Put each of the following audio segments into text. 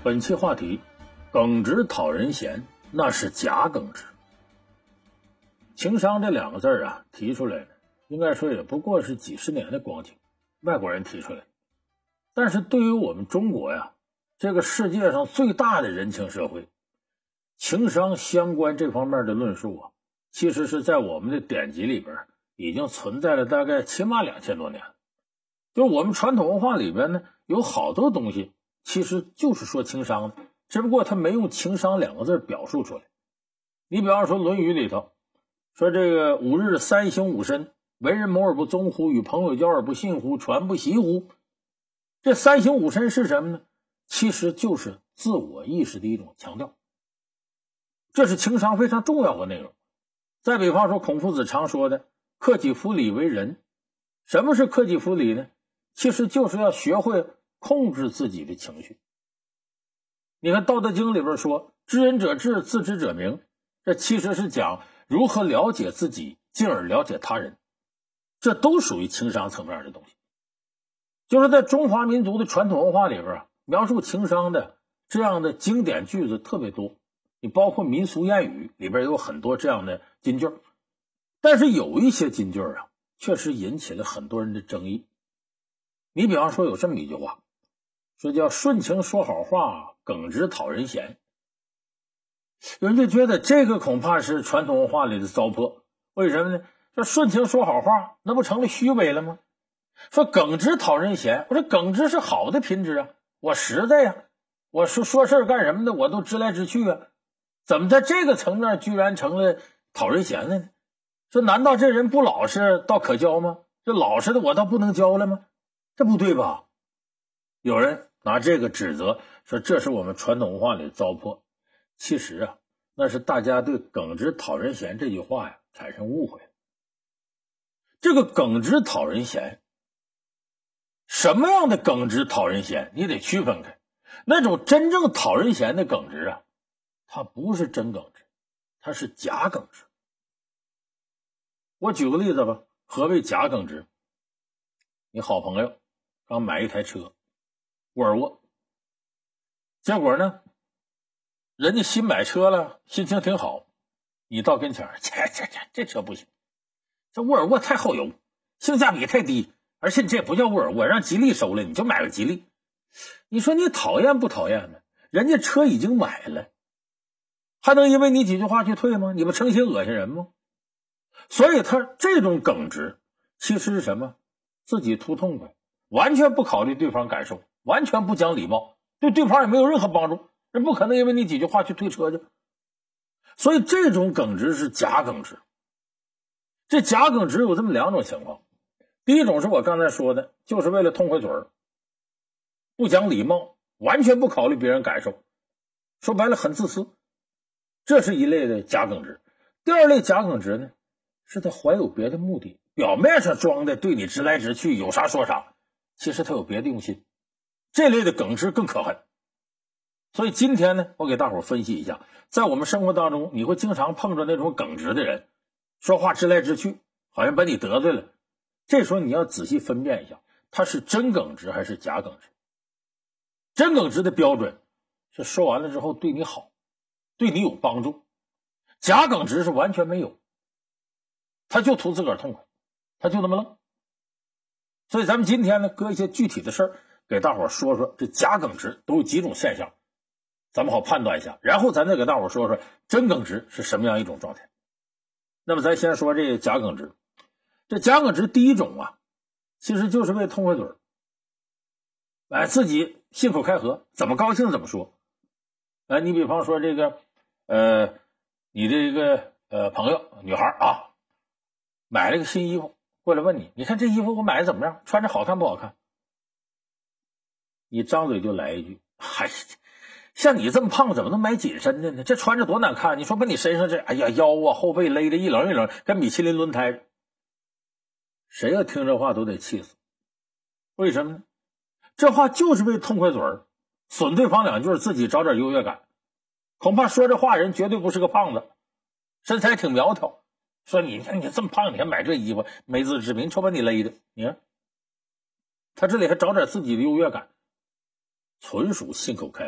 本期话题：耿直讨人嫌，那是假耿直。情商这两个字啊，提出来的应该说也不过是几十年的光景，外国人提出来。但是对于我们中国呀，这个世界上最大的人情社会，情商相关这方面的论述啊，其实是在我们的典籍里边已经存在了大概起码2000多年。就是我们传统文化里边呢，有好多东西其实就是说情商的，只不过他没用情商两个字表述出来。你比方说《论语》里头说这个5日3省吾身，为人谋而不忠乎？与朋友交而不信乎？传不习乎？这3省吾身是什么呢？其实就是自我意识的一种强调，这是情商非常重要的内容。再比方说孔夫子常说的克己复礼为仁。什么是克己复礼呢？其实就是要学会控制自己的情绪。你看《道德经》里边说知人者智，自知者明，这其实是讲如何了解自己，进而了解他人，这都属于情商层面的东西。就是在中华民族的传统文化里边啊，描述情商的这样的经典句子特别多，你包括民俗谚语里边有很多这样的金句，但是有一些金句啊，确实引起了很多人的争议。你比方说有这么一句话，说叫顺情说好话，耿直讨人嫌。有人就觉得这个恐怕是传统文化里的糟粕，为什么呢？说顺情说好话，那不成了虚伪了吗？说耿直讨人嫌，我说耿直是好的品质啊，我实在呀，我说事干什么的我都直来直去啊，怎么在这个层面居然成了讨人嫌了呢？说难道这人不老实倒可交吗？这老实的我倒不能交了吗？这不对吧？有人拿这个指责说这是我们传统文化里的糟粕。其实啊，那是大家对耿直讨人嫌这句话呀产生误会。这个耿直讨人嫌，什么样的耿直讨人嫌你得区分开。那种真正讨人嫌的耿直啊，它不是真耿直，它是假耿直。我举个例子吧，何谓假耿直？你好朋友刚买一台车沃尔沃，结果呢人家新买车了，心情挺好，你到跟前这车不行，这沃尔沃太耗油，性价比太低，而且这不叫沃尔沃，让吉利收了，你就买个吉利。你说你讨厌不讨厌呢？人家车已经买了，还能因为你几句话去退吗？你不诚心恶心人吗？所以他这种耿直其实是什么？自己图痛快，完全不考虑对方感受，完全不讲礼貌，对对方也没有任何帮助，人不可能因为你几句话去退车去。所以这种耿直是假耿直。这假耿直有这么两种情况。第一种是我刚才说的，就是为了痛快嘴儿，不讲礼貌，完全不考虑别人感受，说白了很自私，这是一类的假耿直。第二类假耿直呢，是他怀有别的目的，表面上装的对你直来直去，有啥说啥，其实他有别的用心，这类的耿直更可恨。所以今天呢，我给大伙分析一下，在我们生活当中，你会经常碰着那种耿直的人，说话直来直去，好像把你得罪了，这时候你要仔细分辨一下，他是真耿直还是假耿直。真耿直的标准是说完了之后对你好，对你有帮助，假耿直是完全没有，他就图自个儿痛快，他就那么愣。所以咱们今天呢，搁一些具体的事儿给大伙说说这假耿直都有几种现象，咱们好判断一下，然后咱再给大伙说说真耿直是什么样一种状态。那么咱先说这个假耿直。这假耿直第一种啊，其实就是为痛快嘴儿，自己信口开河，怎么高兴怎么说。你比方说这个你的一个朋友女孩啊，买了个新衣服过来问你，你看这衣服我买的怎么样，穿着好看不好看？你张嘴就来一句，嗨，像你这么胖怎么能买紧身的呢？这穿着多难看，你说把你身上这哎呀腰啊后背勒得一棱一棱，跟米其林轮胎。谁要听这话都得气死。为什么呢？这话就是为痛快嘴儿，损对方两句，自己找点优越感。恐怕说这话人绝对不是个胖子，身材挺苗条，说你看你这么胖，你还买这衣服，没自知之明，瞅把你勒的。你看他这里还找点自己的优越感，纯属信口开河，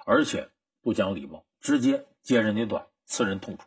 而且不讲礼貌，直接揭人家短，刺人痛处。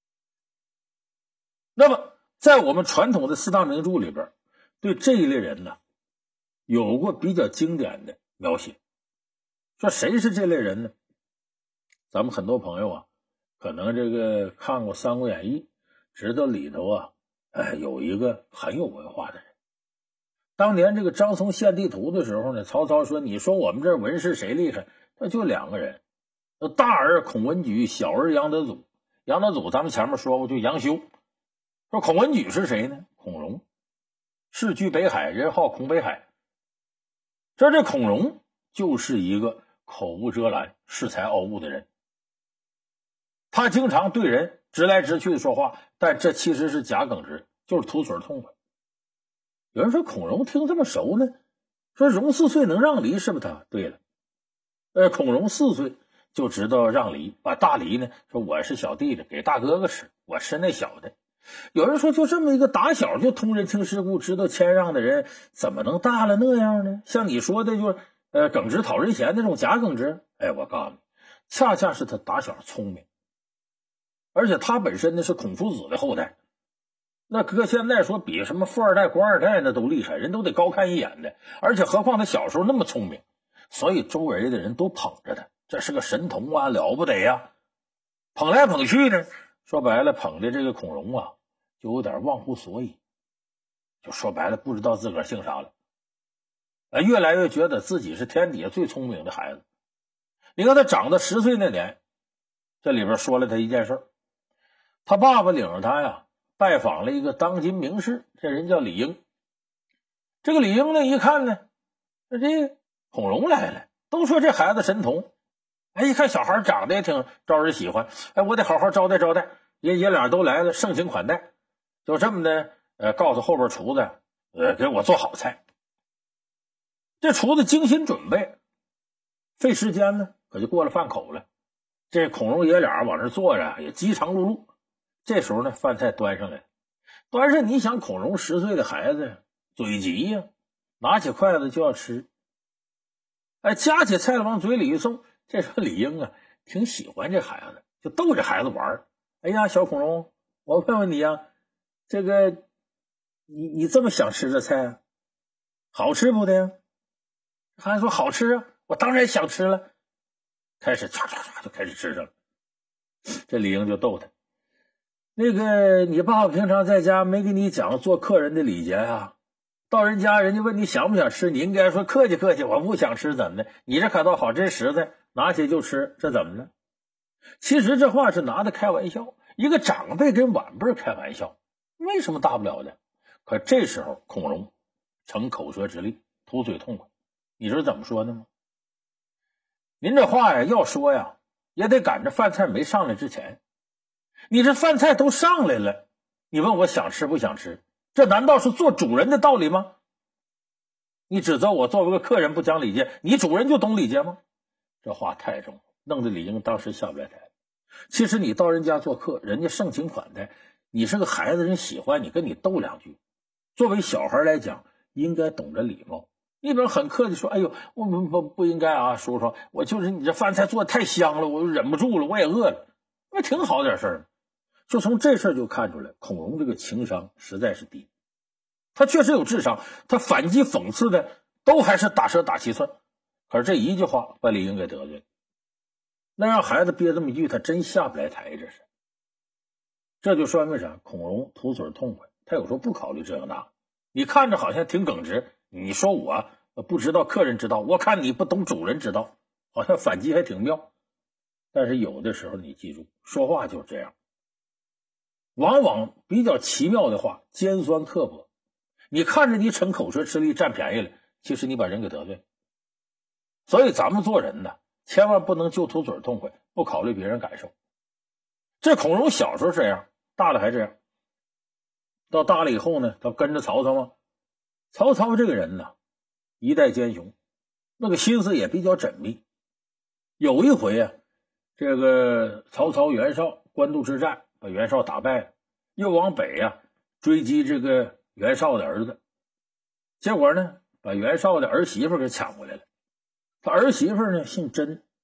那么在我们传统的四大名著里边，对这一类人呢有过比较经典的描写。说谁是这类人呢？咱们很多朋友啊可能这个看过《三国演义》，知道里头啊有一个很有文化的人。当年这个张松献地图的时候呢，曹操说你说我们这文士谁厉害？那就两个人，大儿孔文举，小儿杨德祖。杨德祖咱们前面说过就杨修。说孔文举是谁呢？孔融，世居北海，人号孔北海。这孔融就是一个口无遮拦、恃才傲物的人。他经常对人直来直去的说话，但这其实是假耿直，就是图嘴痛快。有人说孔融听这么熟呢，说融4岁能让梨是不是他？对了，孔融4岁就知道让梨，把大梨呢说我是小弟弟，给大哥哥吃，我吃那小的。有人说就这么一个打小就通人情世故，知道谦让的人，怎么能大了那样呢？像你说的就是耿直讨人嫌那种假耿直。我告诉你，恰恰是他打小聪明，而且他本身呢是孔夫子的后代。那搁现在说比什么富二代官二代那都厉害，人都得高看一眼的。而且何况他小时候那么聪明，所以周围的人都捧着他，这是个神童啊，了不得呀。捧来捧去呢，说白了捧的这个孔融啊就有点忘乎所以，就说白了不知道自个儿姓啥了。越来越觉得自己是天底下最聪明的孩子。你看他长到10岁那年，这里边说了他一件事，他爸爸领着他呀拜访了一个当今名士，这人叫李应。这个李应呢一看呢，这孔融来了，都说这孩子神童。一看小孩长得也挺招人喜欢，我得好好招待招待。爷俩都来了，盛情款待。就这么的告诉后边厨子给我做好菜。这厨子精心准备，费时间呢，可就过了饭口了。这孔融爷俩往这坐着也饥肠辘辘。这时候呢，饭菜端上来，端上你想孔融10岁的孩子嘴急呀，拿起筷子就要吃。夹起菜往嘴里一送，这时候李应啊挺喜欢这孩子，就逗着孩子玩。哎呀，小孔融，我问问你啊，这个你这么想吃这菜啊，好吃不的呀？孩子说好吃啊，我当然想吃了。开始唰唰唰就开始吃上了。这李应就逗他，那个你爸爸平常在家没给你讲做客人的礼节啊？到人家人家问你想不想吃，你应该说客气客气，我不想吃怎么的？你这可倒好，真实在，拿起就吃，这怎么了？其实这话是拿的开玩笑，一个长辈跟晚辈开玩笑，没什么大不了的。可这时候孔融逞口舌之力，图嘴痛快。你知道怎么说的吗？您这话呀要说呀，也得赶着饭菜没上来之前。你这饭菜都上来了，你问我想吃不想吃，这难道是做主人的道理吗？你指责我作为个客人不讲礼节，你主人就懂礼节吗？这话太重，弄得李应当时下不来台。其实你到人家做客，人家盛情款待，你是个孩子，人喜欢你，跟你斗两句。作为小孩来讲，应该懂得礼貌。你比如很客气说，哎呦，我不应该啊，叔叔，我就是你这饭菜做的太香了，我忍不住了，我也饿了，那挺好点事儿。就从这事儿就看出来，孔融这个情商实在是低。他确实有智商，他反击讽刺的都还是打蛇打七寸。可是这一句话把李应给得罪了，那让孩子憋这么一句，他真下不来台。这就说明啥？孔融图嘴痛快，他有时候不考虑这个那。你看着好像挺耿直，你说我不知道客人之道，我看你不懂主人之道，好像反击还挺妙。但是有的时候你记住，说话就是这样，往往比较奇妙的话尖酸刻薄。你看着你逞口舌之力占便宜了，其实你把人给得罪了。所以咱们做人呢，千万不能就图嘴痛快，不考虑别人感受。这孔融小时候这样，大了还这样。到大了以后呢，他跟着曹操嘛。曹操这个人呢，一代奸雄，那个心思也比较缜密。有一回啊，这个曹操袁绍官渡之战把袁绍打败了，又往北啊追击这个袁绍的儿子，结果呢把袁绍的儿媳妇给抢回来了。他儿媳妇呢姓甄，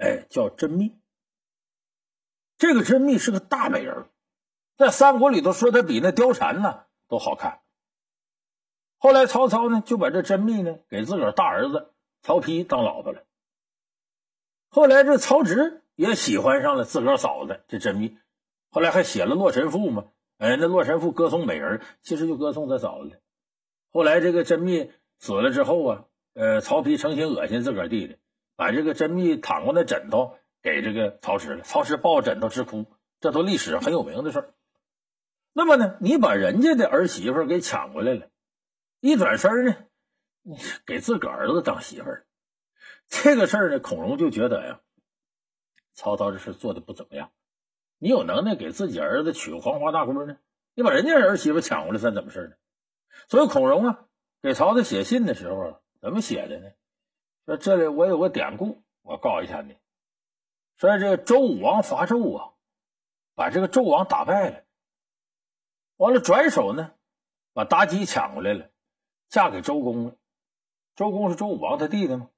叫甄宓。这个甄宓是个大美人，在三国里头说她比那貂蝉呢都好看。后来曹操呢就把这甄宓呢给自个儿大儿子曹丕当老婆了。后来这曹植也喜欢上了自个儿嫂子这甄宓，后来还写了《洛神赋》嘛。那《洛神赋》歌颂美人，其实就歌颂他嫂子。后来这个甄宓死了之后啊，曹丕诚心恶心自个儿弟弟，把这个甄宓躺过的枕头给这个曹植了，曹植抱着枕头直哭，这都历史上很有名的事儿。那么呢，你把人家的儿媳妇给抢过来了，一转身呢，你给自个儿子当媳妇儿，这个事儿呢，孔融就觉得呀，曹操这事做的不怎么样。你有能耐给自己儿子娶个黄花大闺呢，你把人家儿媳妇抢过来算怎么事呢？所以孔融啊给曹操写信的时候啊，怎么写的呢？说这里我有个典故，我告诉一下你。说这个周武王伐纣啊，把这个纣王打败了，完了转手呢把妲己抢过来了，嫁给周公了。周公是周武王他弟弟吗？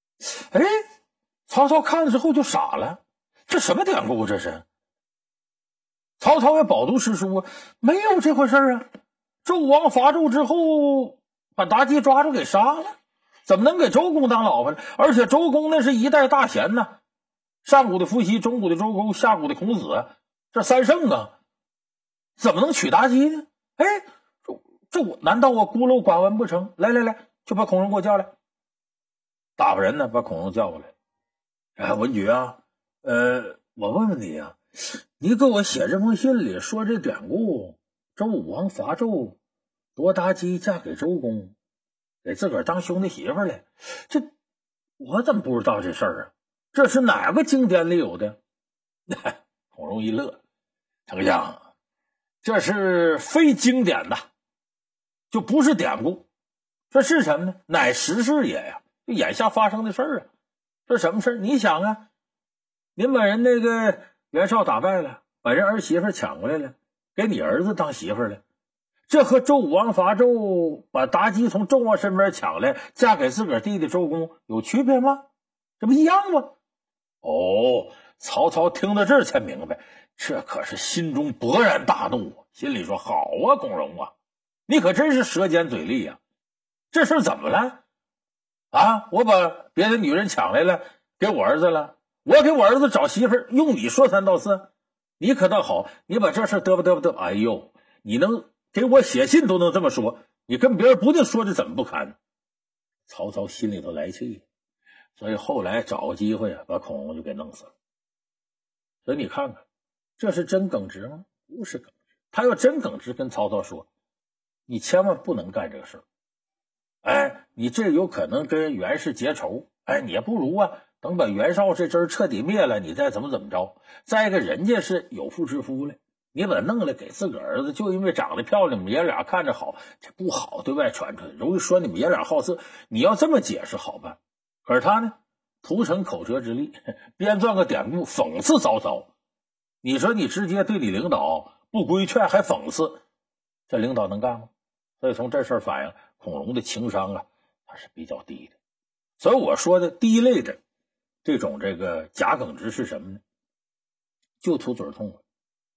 曹操看了之后就傻了，这什么典故这是？曹操也饱读诗书啊，没有这回事啊。周武王伐纣之后把妲己抓住给杀了，怎么能给周公当老婆呢？而且周公那是一代大贤呐，上古的伏羲，中古的周公，下古的孔子，这三圣啊，怎么能娶妲己呢？这我难道我孤陋寡闻不成？来，就把孔融给我叫来。打发人呢把孔融叫过来。文举啊，我问问你啊，你给我写这封信里说这典故，周武王伐纣，夺妲己嫁给周公，给自个儿当兄弟媳妇来，这我怎么不知道这事儿啊？这是哪个经典里有的？孔融一乐，丞相，这是非经典的，就不是典故，这是什么呢？乃时事也呀，就眼下发生的事儿啊。这什么事儿？你想啊，您把人那个袁绍打败了，把人儿媳妇抢过来了，给你儿子当媳妇了，这和周武王伐纣把妲己从纣王身边抢来嫁给自个儿弟弟周公有区别吗？这不一样吗？曹操听到这儿才明白，这可是心中勃然大怒，心里说好啊，孔融啊，你可真是舌尖嘴利呀，这事怎么了啊？我把别的女人抢来了给我儿子了，我给我儿子找媳妇用你说三道四，你可倒好，你把这事嘚啵，哎呦，你能给我写信都能这么说，你跟别人不定说的怎么不堪呢？曹操心里头来气，所以后来找个机会把孔融就给弄死了。所以你看看，这是真耿直吗？不是耿直。他要真耿直，跟曹操说，你千万不能干这个事儿。你这有可能跟袁氏结仇。你也不如啊，等把袁绍这支彻底灭了，你再怎么着。再一个，人家是有妇之夫了，你把他弄来给自个儿子，就因为长得漂亮，你们爷俩看着好，这不好对外传出来，容易说你们爷俩好色。你要这么解释好办，可是他呢，图成口舌之力，编撰个典故讽刺曹操。你说你直接对你领导不规劝还讽刺，这领导能干吗？所以从这事儿反映孔融的情商啊，他是比较低的。所以我说的第一类的这个假耿直是什么呢？就图嘴痛快，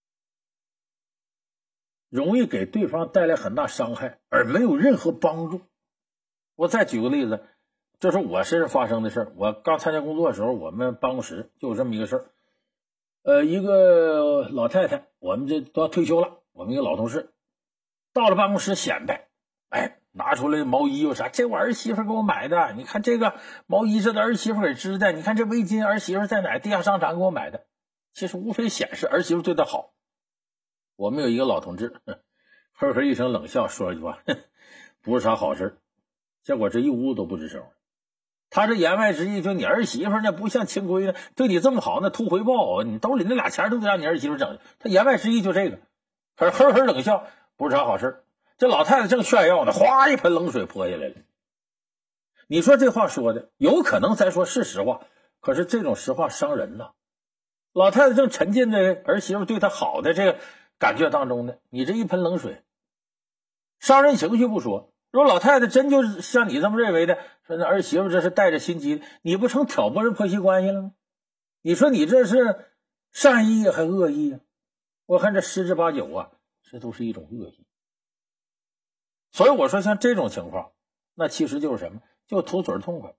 容易给对方带来很大伤害，而没有任何帮助。我再举个例子，这是我身上发生的事儿。我刚参加工作的时候，我们办公室就有这么一个事儿。一个老太太，我们这都要退休了，我们一个老同事到了办公室显摆，拿出来毛衣有啥，这我儿媳妇给我买的，你看这个毛衣是儿媳妇给织的，你看这围巾儿媳妇在哪地下商场给我买的。其实无非显示儿媳妇对他好。我们有一个老同志呵呵一声冷笑，说了一句话，不是啥好事。结果这一屋都不吱声。他这言外之意就你儿媳妇那不像亲闺女，对你这么好，那图回报，你兜里那俩钱都得让你儿媳妇整的。他言外之意就这个，可是呵呵冷笑，不是啥好事。这老太太正炫耀呢，哗一盆冷水泼下来了。你说这话说的有可能咱说是实话，可是这种实话伤人呐。老太太正沉浸在儿媳妇对她好的这个感觉当中呢，你这一盆冷水伤人情绪不说，如果老太太真就是像你这么认为的，说那儿媳妇这是带着心机，你不成挑拨人婆媳关系了吗？ 你说你这是善意还恶意啊？我看这十之八九啊，这都是一种恶意。所以我说像这种情况，那其实就是什么？就图嘴痛快。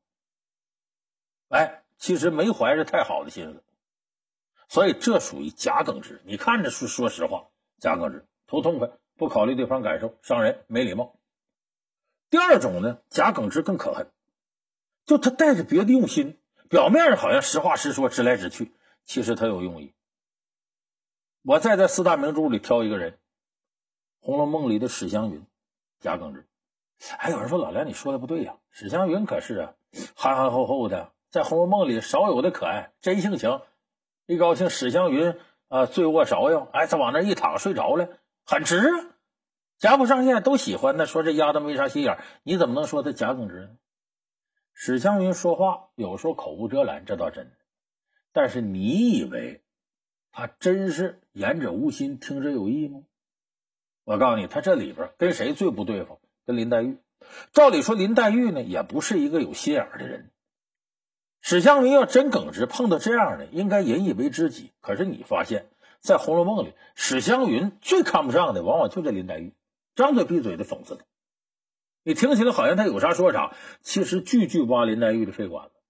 其实没怀着太好的心思，所以这属于假耿直。你看着说实话，假耿直，图痛快，不考虑对方感受，伤人，没礼貌。第二种呢，假耿直更可恨，就他带着别的用心，表面上好像实话实说，直来直去，其实他有用意。我再在四大名著里挑一个人，《红楼梦》里的史湘云，假耿直。有人说老梁你说的不对呀，史湘云可是憨憨厚厚的，在《红楼梦》里少有的可爱，真性情。一高兴史湘云醉卧芍药，再往那一躺睡着了，很直啊，贾府上下都喜欢。那说这丫头没啥心眼，你怎么能说她假耿直呢？史湘云说话有时候口无遮拦，这倒真的，但是你以为他真是言者无心，听者有意吗？我告诉你，他这里边跟谁最不对付？跟林黛玉。照理说林黛玉呢也不是一个有心眼的人，史湘云要真耿直，碰到这样的应该引以为知己。可是你发现在《红楼梦》里，史湘云最看不上的往往就这林黛玉，张嘴闭嘴的讽刺她。你听起来好像他有啥说啥，其实句句挖林黛玉的肺管子。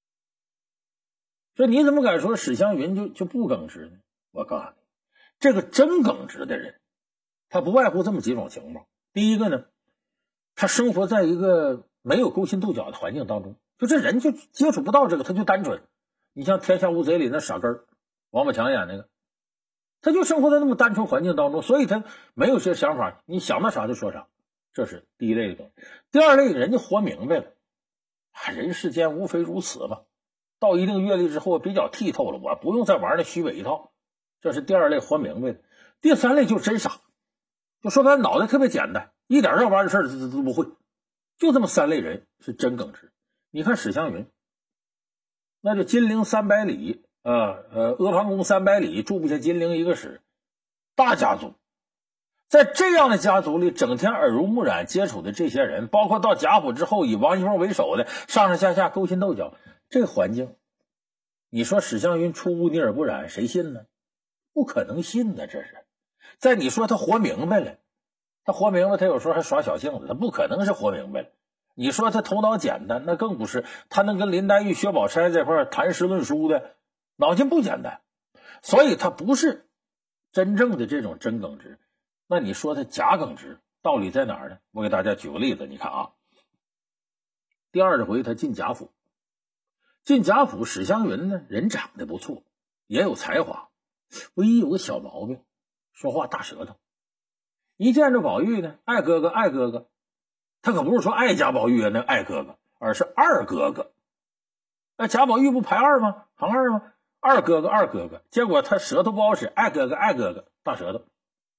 这你怎么敢说史湘云就不耿直呢？我告诉你，这个真耿直的人，他不外乎这么几种情况。第一个呢，他生活在一个没有勾心斗角的环境当中，就这人就接触不到这个，他就单纯。你像《天下无贼》里那傻根儿，王宝强演那个，他就生活在那么单纯环境当中，所以他没有些想法，你想到啥就说啥。这是第一类的。第二类人家活明白了，人世间无非如此嘛，到一定阅历之后比较剔透了，我不用再玩那虚伪一套。这是第二类活明白的。第三类就真傻，就说白了脑袋特别简单，一点绕弯的事都不会。就这么三类人是真耿直。你看史湘云，那就金陵300里阿房宫300里住不下金陵一个史，大家族。在这样的家族里，整天耳濡目染接触的这些人，包括到贾府之后以王熙凤为首的上上下下勾心斗角，这个环境，你说史湘云出污泥而不染，谁信呢？不可能信的，这是。再你说他活明白了，他有时候还耍小性子，他不可能是活明白了。你说他头脑简单，那更不是。他能跟林黛玉、薛宝钗这块谈诗论书的，脑筋不简单，所以他不是真正的这种真耿直。那你说他假耿直，道理在哪儿呢？我给大家举个例子，你看啊，第20回他进贾府，史湘云呢人长得不错，也有才华，唯一有个小毛病，说话大舌头。一见着宝玉呢，爱哥哥，他可不是说爱贾宝玉那爱哥哥，而是二哥哥。贾宝玉不排二吗？行二吗？二哥哥，结果他舌头不好使，爱哥哥，大舌头。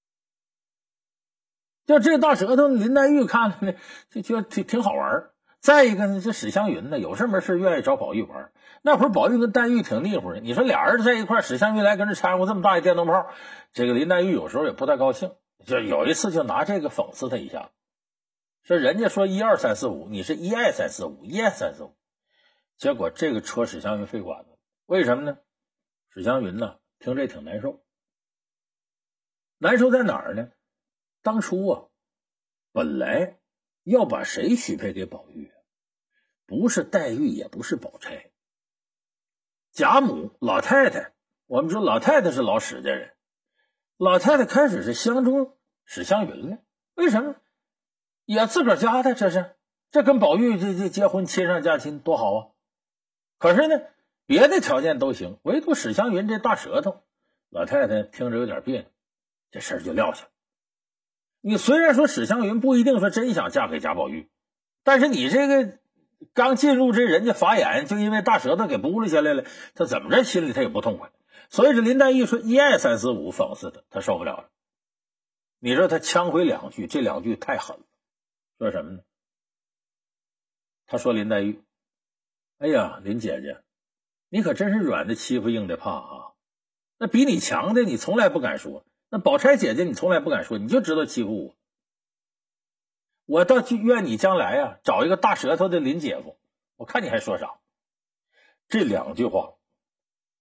就这大舌头，林黛玉看了呢，就觉得挺好玩。再一个呢，这史湘云呢，有事没事愿意找宝玉玩。那会儿宝玉跟黛玉挺腻乎的，你说俩人在一块，史湘云来跟这掺和这么大一电灯泡，这个林黛玉有时候也不太高兴，就有一次就拿这个讽刺他一下，说人家说1 2 3 4 5，你是1 2 3 4 5，1 2 3 4 5，结果这个戳史湘云肺管子。为什么呢？史湘云呢听这挺难受，难受在哪儿呢？当初本来要把谁许配给宝玉，不是黛玉，也不是宝钗，贾母老太太。我们说老太太是老史家人，老太太开始是相中史湘云了。为什么？也自个儿家的，这跟宝玉这结婚亲上加亲多好啊！可是呢，别的条件都行，唯独史湘云这大舌头，老太太听着有点别扭，这事儿就撂下。你虽然说史湘云不一定说真想嫁给贾宝玉，但是你这个刚进入这人家法眼，就因为大舌头给拨了下来了，他怎么着心里他也不痛快。所以这林黛玉说1 2 3 4 5讽刺他受不了了。你说他呛回2句，这2句太狠了。说什么呢？他说林黛玉，哎呀，林姐姐，你可真是软的欺负硬的怕啊！那比你强的你从来不敢说，那宝钗姐姐你从来不敢说，你就知道欺负我。我倒愿你将来找一个大舌头的林姐夫，我看你还说啥。这2句话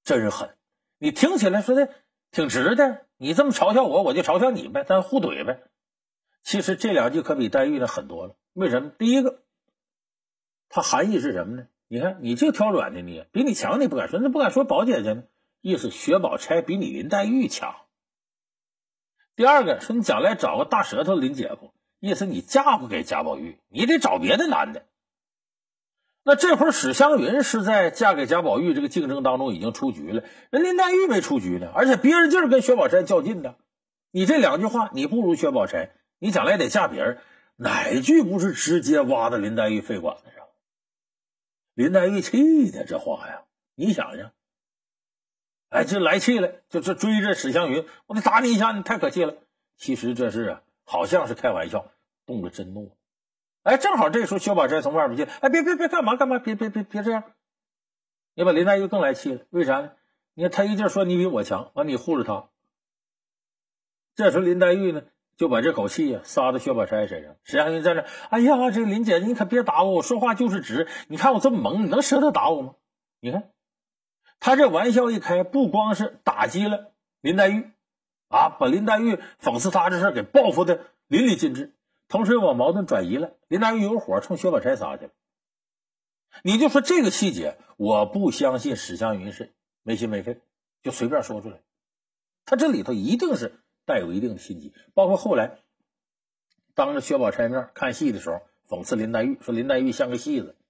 真狠。你听起来说的挺直的，你这么嘲笑我，我就嘲笑你呗，咱互怼呗。其实这两句可比黛玉的狠多了。为什么？第一个，它含义是什么呢？你看，你这挑软的你比你强，你不敢说，那不敢说宝姐姐呢？意思薛宝钗比你林黛玉强。第二个说你将来找个大舌头林姐夫，意思你嫁不给贾宝玉，你得找别的男的。那这会儿史湘云是在嫁给贾宝玉这个竞争当中已经出局了，人林黛玉没出局呢，而且憋着劲儿跟薛宝钗较劲呢。你这两句话，你不如薛宝钗，你将来得嫁别人，哪句不是直接挖到林黛玉肺管子上？林黛玉气的这话呀，你想想，哎，这来气了，就这追着史湘云，我得打你一下，你太可气了。其实这是好像是开玩笑，动了真怒。哎，正好这时候薛宝钗从外边进，哎，别干嘛，别这样，你把林黛玉更来气了。为啥呢？你看他一劲说你比我强，完你护着他。这时候林黛玉呢，就把这口气撒到薛宝钗身上。史湘云在那，哎呀，这林姐姐你可别打我，我说话就是直，你看我这么猛，你能舍得打我吗？你看他这玩笑一开，不光是打击了林黛玉把林黛玉讽刺他这事给报复的淋漓尽致，同时又把矛盾转移了。林黛玉有火冲薛宝钗撒去了。你就说这个细节，我不相信史湘云是没心没肺就随便说出来，他这里头一定是带有一定的心机。包括后来当着薛宝钗面看戏的时候，讽刺林黛玉，说林黛玉像个戏子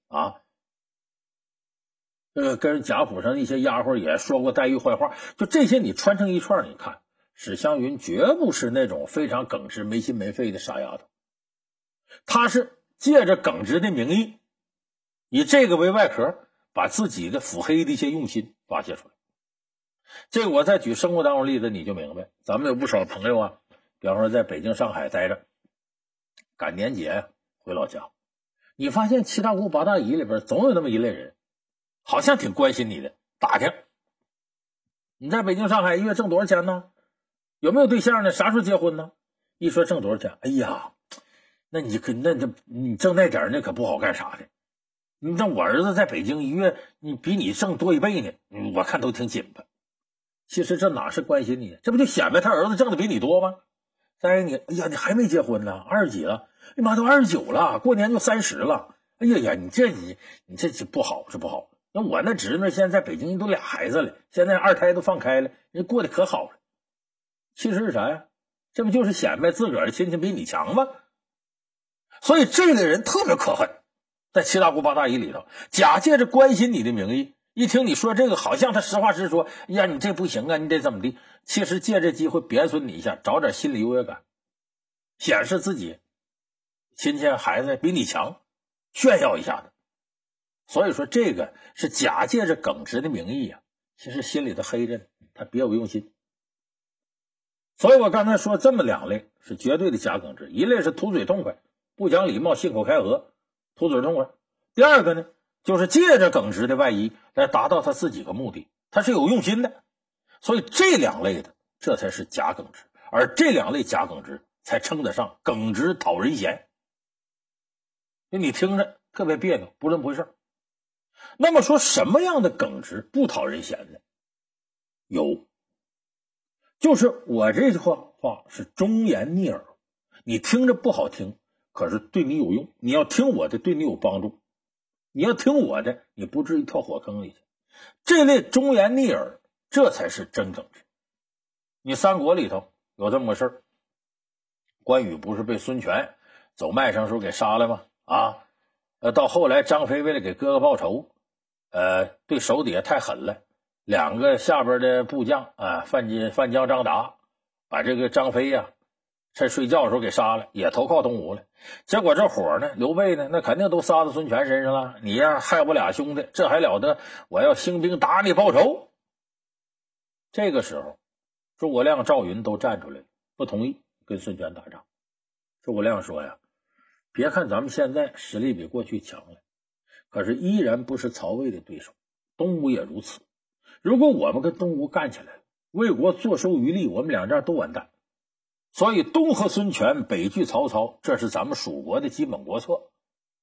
跟贾府上一些丫鬟也说过黛玉坏话，就这些你穿成一串，你看史湘云绝不是那种非常耿直没心没肺的傻丫头，她是借着耿直的名义，以这个为外壳，把自己的腹黑的一些用心发泄出来。这个我再举生活当中例子你就明白。咱们有不少朋友比方说在北京上海待着，赶年节回老家，你发现七大姑八大姨里边总有那么一类人，好像挺关心你的，打听你在北京上海一月挣多少钱呢？有没有对象呢？啥时候结婚呢？一说挣多少钱，哎呀，那你挣那点那可不好干啥的。那我儿子在北京一月你比你挣多1倍呢，我看都挺紧巴。其实这哪是关心你，这不就显摆他儿子挣的比你多吗？再你，哎呀，你还没结婚呢，20几了，哎妈，都29了，过年就30了。哎呀，你这不好，是不好。那我那侄女现在在北京都俩孩子了，现在2胎都放开了，人过得可好了。其实是啥呀？这不就是显摆自个儿的亲戚比你强吗？所以这类人特别可恨，在七大姑八大姨里头，假借着关心你的名义，一听你说这个，好像他实话实说，哎呀，你这不行啊，你得怎么地？其实借这机会贬损你一下，找点心理优越感，显示自己亲戚孩子比你强，炫耀一下子。所以说这个是假借着耿直的名义其实心里头黑着呢，他别有用心。所以我刚才说这么2类是绝对的假耿直，一类是图嘴痛快，不讲礼貌，信口开河，图嘴痛快。第二个呢，就是借着耿直的外衣来达到他自己的目的，他是有用心的。所以这2类的这才是假耿直，而这2类假耿直才称得上耿直讨人嫌。你听着特别别扭，不那么回事。那么说什么样的耿直不讨人嫌呢？有，就是我这句话是忠言逆耳，你听着不好听，可是对你有用，你要听我的对你有帮助，你要听我的你不至于跳火坑里去。这类忠言逆耳，这才是真耿直。你三国里头有这么个事儿，关羽不是被孙权走麦城时候给杀了吗？到后来张飞为了给哥哥报仇，对手底下太狠了，2个下边的部将范江张达把这个张飞趁睡觉的时候给杀了，也投靠东吴了。结果这火呢，刘备呢，那肯定都撒到孙权身上了。你害我俩兄弟，这还了得？我要兴兵打你报仇。这个时候，诸葛亮、赵云都站出来了，不同意跟孙权打仗。诸葛亮说别看咱们现在实力比过去强了，可是依然不是曹魏的对手，东吴也如此。如果我们跟东吴干起来了，魏国坐收渔利，我们2家都完蛋。所以东和孙权，北拒曹操，这是咱们蜀国的基本国策。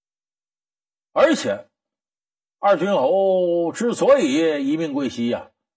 而且二郡侯之所以一命归西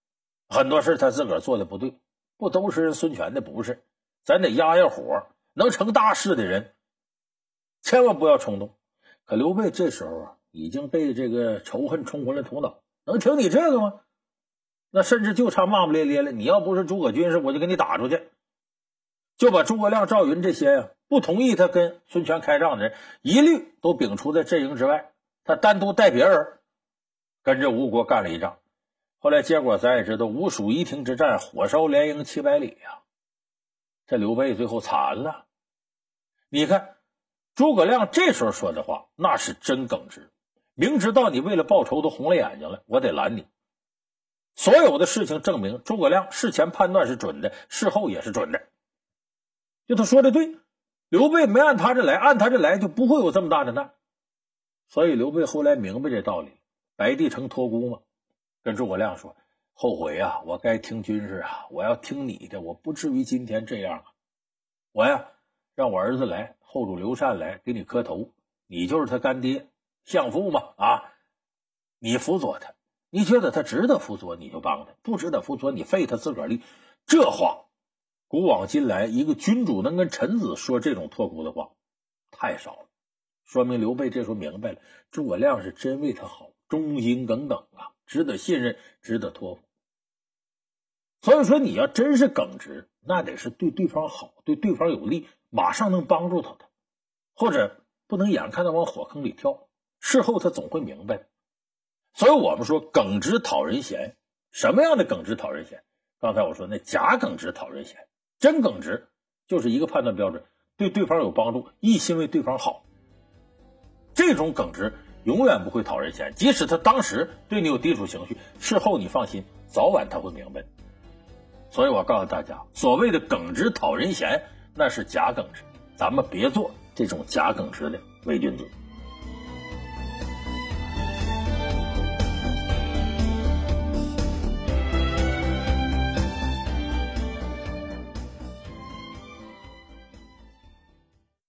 很多事他自个儿做的不对，不都是人孙权的不是，咱得压压火，能成大事的人千万不要冲动。可刘备这时候已经被这个仇恨冲昏了头脑，能听你这个吗？那甚至就差骂骂咧咧了，你要不是诸葛军师，我就给你打出去。就把诸葛亮、赵云这些不同意他跟孙权开仗的人一律都摒除在阵营之外，他单独带别人跟着吴国干了一仗。后来结果咱也知道，吴蜀夷庭之战火烧连营700里呀，这刘备最后惨了。你看诸葛亮这时候说的话那是真耿直，明知道你为了报仇都红了眼睛了，我得拦你。所有的事情证明诸葛亮事前判断是准的，事后也是准的。就他说的对，刘备没按他这来，按他这来就不会有这么大的难。所以刘备后来明白这道理，白帝城托孤嘛，跟诸葛亮说，后悔啊，我该听军师啊，我要听你的，我不至于今天这样啊。我呀让我儿子来，后主刘禅来给你磕头，你就是他干爹相父嘛啊，你辅佐他，你觉得他值得辅佐你就帮他，不值得辅佐你废他自个儿立。这话古往今来一个君主能跟臣子说这种托孤的话太少了，说明刘备这时候明白了，诸葛亮是真为他好，忠心耿耿啊，值得信任，值得托付。所以说你要真是耿直，那得是对对方好，对对方有利，马上能帮助他的，或者不能眼看他往火坑里跳，事后他总会明白的。所以我们说耿直讨人嫌，什么样的耿直讨人嫌？刚才我说那假耿直讨人嫌，真耿直就是一个判断标准，对对方有帮助，一心为对方好。这种耿直永远不会讨人嫌，即使他当时对你有抵触情绪，事后你放心，早晚他会明白。所以我告诉大家，所谓的耿直讨人嫌，那是假耿直，咱们别做这种假耿直的伪君子。